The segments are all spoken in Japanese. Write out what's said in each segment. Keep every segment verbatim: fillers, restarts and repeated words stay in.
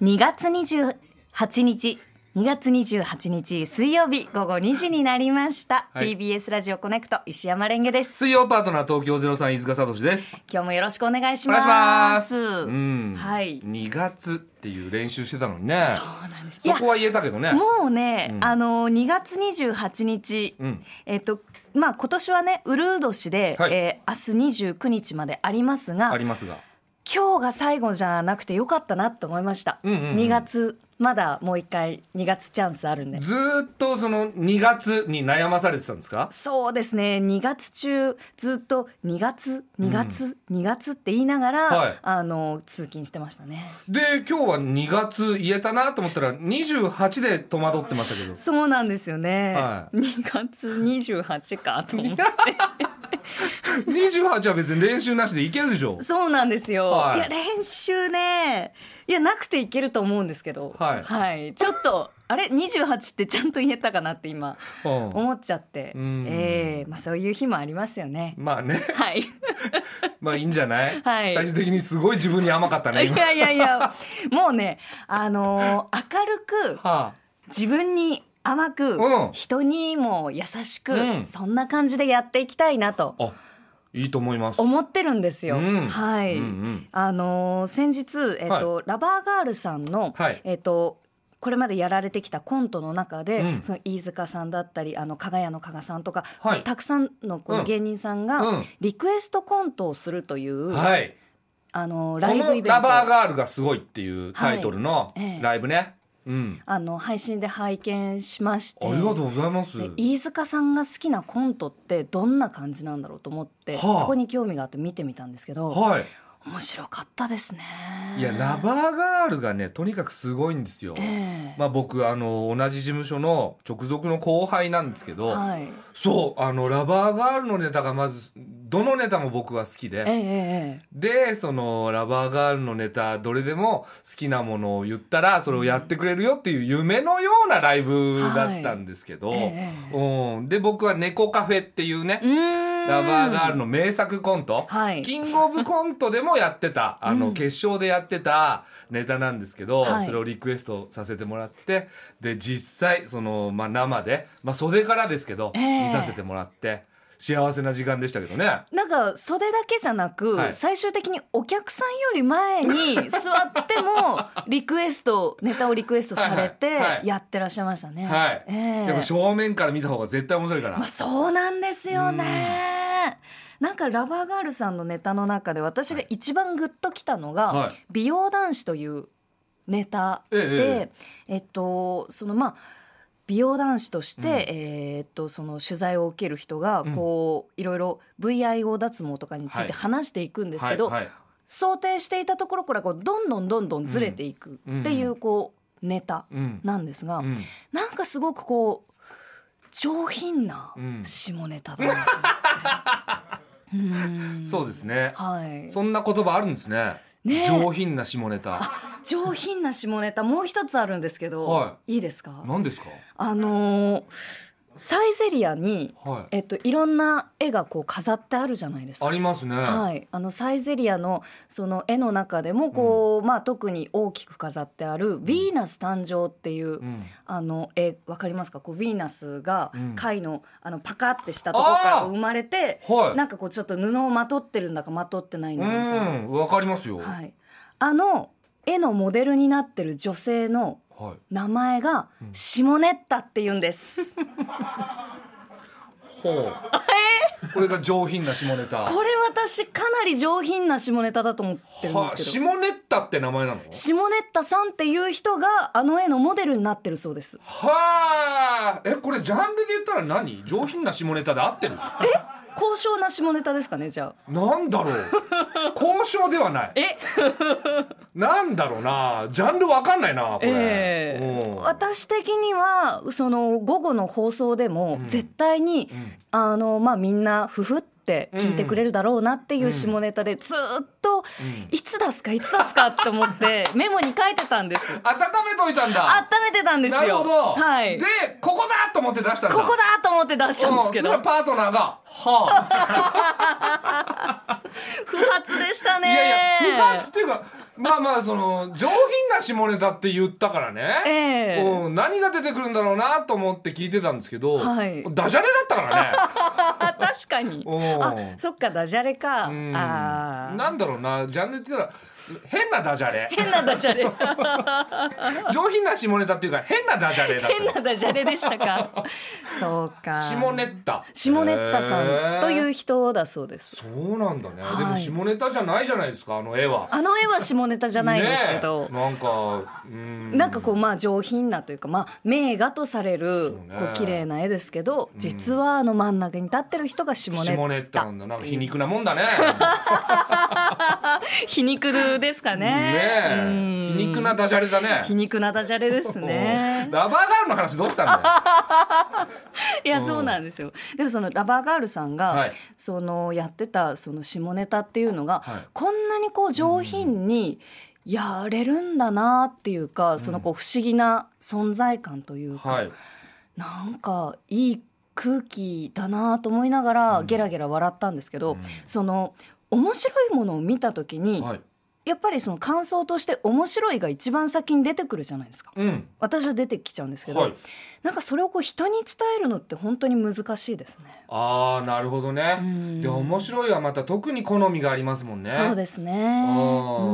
にがつにじゅうはちにちにがつにじゅうはちにち水曜日午後にじになりました、はい、ティービーエス ラジオコネクト石山レンゲです。 水曜パートナー東京ゼロさん飯塚聡です。 今日もよろしくお願いします。 お願いします、うん、 はい、 にがつっていう練習してたのにね。 そうなんです。 そこは言えたけどね。 もうね、うん、あのにがつにじゅうはちにち、うん、えっとまあ今年はねうるう年で、はい、えー、明日にじゅうくにちまでありますがありますが今日が最後じゃなくてよかったなと思いました、うんうんうん、にがつまだもう一回にがつチャンスあるんで。 ずっとそのにがつに悩まされてたんですか？ そうですね、にがつ中ずっとにがつにがつ、うん、にがつって言いながら、はい、あの通勤してましたね。 で今日はにがつ言えたなと思ったらにじゅうはちで戸惑ってましたけど。 そうなんですよね、はい、にがつにじゅうはちかと思ってにじゅうはちは別に練習なしでいけるでしょ。 そうなんですよ、はい、いや練習ねいやなくていけると思うんですけど、はいはい、ちょっとあれにじゅうはちってちゃんと言えたかなって今思っちゃって、うんえーまあ、そういう日もありますよね。 まあね、 はいまあいいんじゃない、 はい、 最終的にすごい自分に甘かったね。 いやいやいやもうね、あのー、明るく、はあ、自分に甘く、うん、人にも優しく、うん、そんな感じでやっていきたいなとあいいと思います。 思ってるんですよ、うん、はい、うんうん、あのー、先日、えーとはい、ラバーガールさんの、はいえーとこれまでやられてきたコントの中で、うん、その飯塚さんだったりあの加賀屋の加賀さんとか、はい、たくさんのこの芸人さんがリクエストコントをするという、はい、あのライブイベント、 このラバーガールがすごいっていうタイトルのライブね、はいええうん、 あの配信で拝見しまして、 ありがとうございます。 飯塚さんが好きなコントってどんな感じなんだろうと思って、はあ、そこに興味があって見てみたんですけど、はい、面白かったですね。 いやラバーガールがねとにかくすごいんですよ、えーまあ、僕あの同じ事務所の直属の後輩なんですけど、はい、そうあのラバーガールのネタがまずどのネタも僕は好きで、えー、でそのラバーガールのネタどれでも好きなものを言ったらそれをやってくれるよっていう夢のようなライブだったんですけど、はいえーうん、で僕は猫カフェっていうねラバーガールの名作コント、はい、キングオブコントでもやってたあの決勝でやってたネタなんですけど、うん、それをリクエストさせてもらってで実際その、まあ、生で、まあ、袖からですけど、えー、見させてもらって幸せな時間でしたけどね。 なんか袖だけじゃなく、はい、最終的にお客さんより前に座ってもリクエストネタをリクエストされてやってらっしゃいましたね。はい、えー、 やっぱ正面から見た方が絶対面白いから、 まあ、そうなんですよね。なんかラバーガールさんのネタの中で私が一番グッときたのが、はい、美容男子というネタで、えええっとそのまあ美容男子として、うんえー、っとその取材を受ける人がこう、うん、いろいろ ブイアイオー 脱毛とかについて話していくんですけど、はいはいはい、想定していたところからこうどんどんどんどんずれていくっていう、こうネタなんですが、うんうん、なんかすごくこう上品な下ネタだなと思って、うん、 そうですね、 はい、 そんな言葉あるんですね。ね、上品な下ネタ。 あ、上品な下ネタもう一つあるんですけど、はい、いいですか？ 何ですか？ あのー、サイゼリアに、はいえっと、いろんな絵がこう飾ってあるじゃないですか。 ありますね、 はい、あのサイゼリアのその絵の中でもこう、うんまあ、特に大きく飾ってあるヴィーナス誕生っていう、うん、あの絵分かりますか？こうヴィーナスが貝 の,、うん、あのパカってしたところから生まれて、はい、なんかこうちょっと布をまとってるんだかまとってないんだか、 うん分かりますよ、 はい、あの絵のモデルになってる女性の名前がシモネッタって言うんです、うんほうこれが上品な下ネタ。 これ私かなり上品な下ネタだと思ってるんですけど、は下ネッタって名前なの？ 下ネッタさんっていう人があの絵のモデルになってるそうです。 はあ、えこれジャンルで言ったら何？上品な下ネタで合ってる？ え高尚な下ネタですかね？じゃあなんだろう高尚ではない。 えなんだろうな、ジャンルわかんないなこれ、 えー、私的にはその午後の放送でも絶対に、うん、あのまあ、みんなふふって聞いてくれるだろうなっていう下ネタでずっと、うん、いつ出すかいつ出すかって思ってメモに書いてたんです。 温めといたんだ。 温めてたんですよ。 なるほど、 はい、 でここだと思って出したんだ。 ここだと思って出したんですけど、 それはパートナーがはあ不発でしたね。 いやいや不発っていうかまあまあその上品な下ネタって言ったからね、えーうん、何が出てくるんだろうなと思って聞いてたんですけど、はい、ダジャレだったからね確かにあそっかダジャレかうんあなんだろうなジャンルって言ったら変なダジャレ変なダジャレ上品な下ネタっていうか変なダジャレだった変なダジャレでしたかそうか下ネッタ下ネッタさんという人だそうです。 そうなんだね、はい、でも下ネタじゃないじゃないですかあの絵はあの絵は下ネタじゃないんですけど、 ね、なんかうんなんかこうまあ上品なというかまあ名画とされるこう綺麗な絵ですけど、実はあの真ん中に立ってる人が下ネッタ下ネッタなんだなんか皮肉なもんだね皮肉ですかね。 ねえ皮肉なダジャレだね。 皮肉なダジャレですねラバーガールの話どうしたんだよいやそうなんですよ。でもそのラバーガールさんが、はい、そのやってたその下ネタっていうのが、はい、こんなにこう上品にやれるんだなっていうか、うん、そのこう不思議な存在感というか、はい、なんかいい空気だなと思いながらゲラゲラ笑ったんですけど、うん、その面白いものを見た時に、はい、やっぱりその感想として面白いが一番先に出てくるじゃないですか、うん、私は出てきちゃうんですけど、はい、なんかそれをこう人に伝えるのって本当に難しいですね。 あーなるほどね、うん、で面白いはまた特に好みがありますもんね。 そうですね、うん、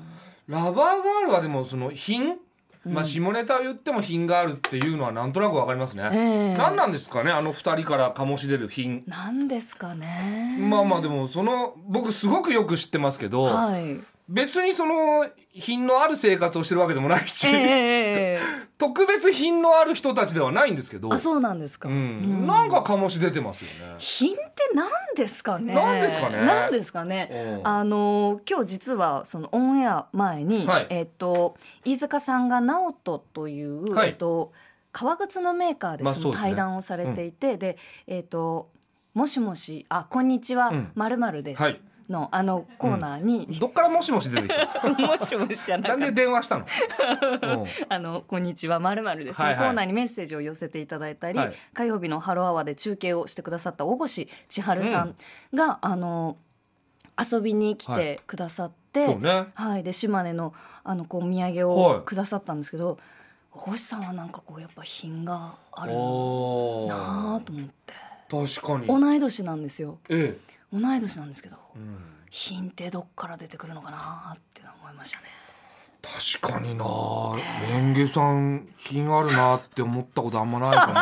ラバーガールはでもその品まあ、下ネタを言っても品があるっていうのはなんとなくわかりますね、えー、何なんですかねあの二人から醸し出る品なんですかね。 まあまあでもその僕すごくよく知ってますけど、はい、別にその品のある生活をしてるわけでもないし、えー、特別品のある人たちではないんですけど。 あそうなんですか、うん、 なんか醸し出てますよね。 品って何ですかね。 何ですかね。 何ですかね。あの今日実はそのオンエア前に、はい、えっと飯塚さんがナオトという、はい、えっと革靴のメーカーでその対談をされていて、まあで、ねうん、でえっともしもしあこんにちはまるまるです。はいのあのコーナーに、 うん、どっからもしもし出てきたもしもしじゃなかったなんで電話したのあのこんにちはまるまるです、ねはいはい、コーナーにメッセージを寄せていただいたり、はい、火曜日のハローアワーで中継をしてくださった大越千春さんが、うん、あの遊びに来てくださって、はいねはい、で島根のあのこうお土産をくださったんですけど、はい、大越さんはなんかこうやっぱ品があるなと思って。 確かに同い年なんですよ、 ええ同い年なんですけど、うん、品ってどっから出てくるのかなって思いましたね。 確かにな、レンゲさん品あるなって思ったことあんまないかも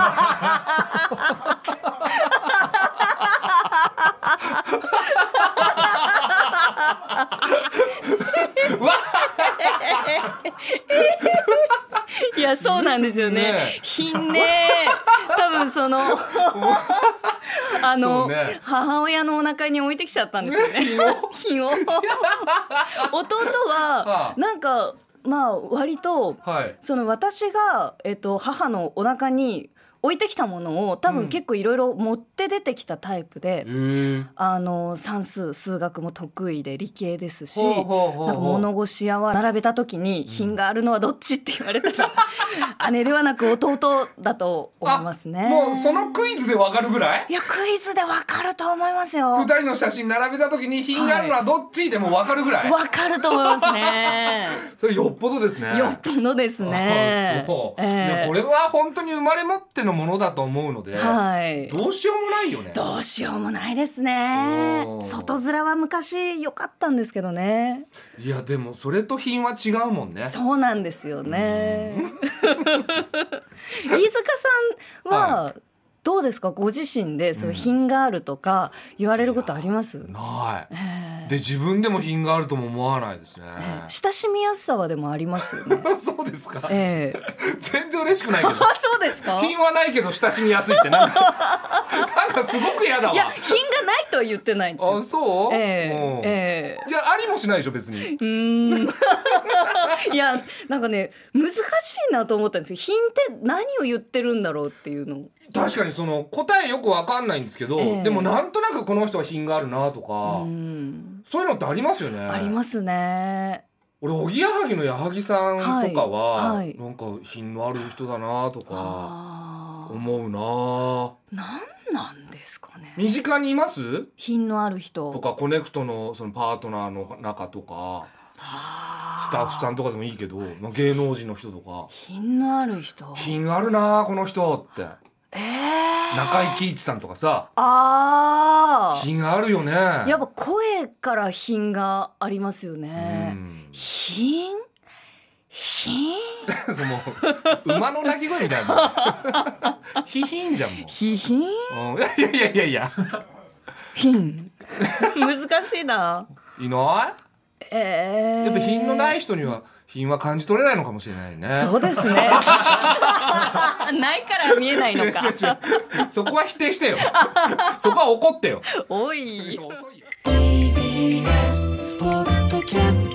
いやそうなんですよね、ね品ね多分そのあの、ね、母親のお腹に置いてきちゃったんですよね品を弟はなんかまあ割と、はい、その私が、えっと、母のお腹に置いてきたものを多分結構いろいろ持って出てきたタイプで、うん、あの算数数学も得意で理系ですし、なんか物腰やは並べた時に品があるのはどっちって言われたら、うん、姉ではなく弟だと思いますね。 もうそのクイズでわかるぐらい。 いやクイズでわかると思いますよ。 ふたりの写真並べた時に品があるのはどっちでもわかるぐらい。 わ、はい、かると思いますねそれよっぽどですね。 よっぽどですね。 そう、えー、いやこれは本当に生まれ持ってのものだと思うので、はい、どうしようもないよね。 どうしようもないですね。外面は昔良かったんですけどね。 いやでもそれと品は違うもんね。 そうなんですよね飯塚さんは、はい、どうですかご自身でそういう品があるとか言われることあります？ ない、えー、で自分でも品があるとも思わないですね、 えー、親しみやすさはでもありますよねそうですか、 えー、 全然嬉しくないけどそうですか。 品はないけど親しみやすいってなんかなんかすごく嫌だわ。 いや品がないとは言ってないんですよ。 あそう、 えーえー、 いやありもしないでしょ別に。うーんいやなんかね難しいなと思ったんですよ。品って何を言ってるんだろうっていうの。 確かにその答えよく分かんないんですけど、えー、でもなんとなくこの人は品があるなとか、うん、そういうのってありますよね。 ありますね。 俺おぎやはぎの矢作さんとかは、はいはい、なんか品のある人だなとか思うな。 なんなんですかね。 身近にいます？品のある人とかコネクトのそのパートナーの中とかスタッフさんとかでもいいけど、まあ、芸能人の人とか品のある人品あるなこの人って、 えー、 中井貴一さんとかさあ品あるよね。 やっぱ声から品がありますよね、うん、品品その馬の鳴き声みたいなひひんじゃんもうひひん、うん、 いやいやいやいや品難しいな。 いない、えー、やっぱ品のない人には品は感じ取れないのかもしれないね。 そうですねないから見えないのかそこは否定してよそこは怒ってよおい遅いよ。ティービーエス ポッドキャスト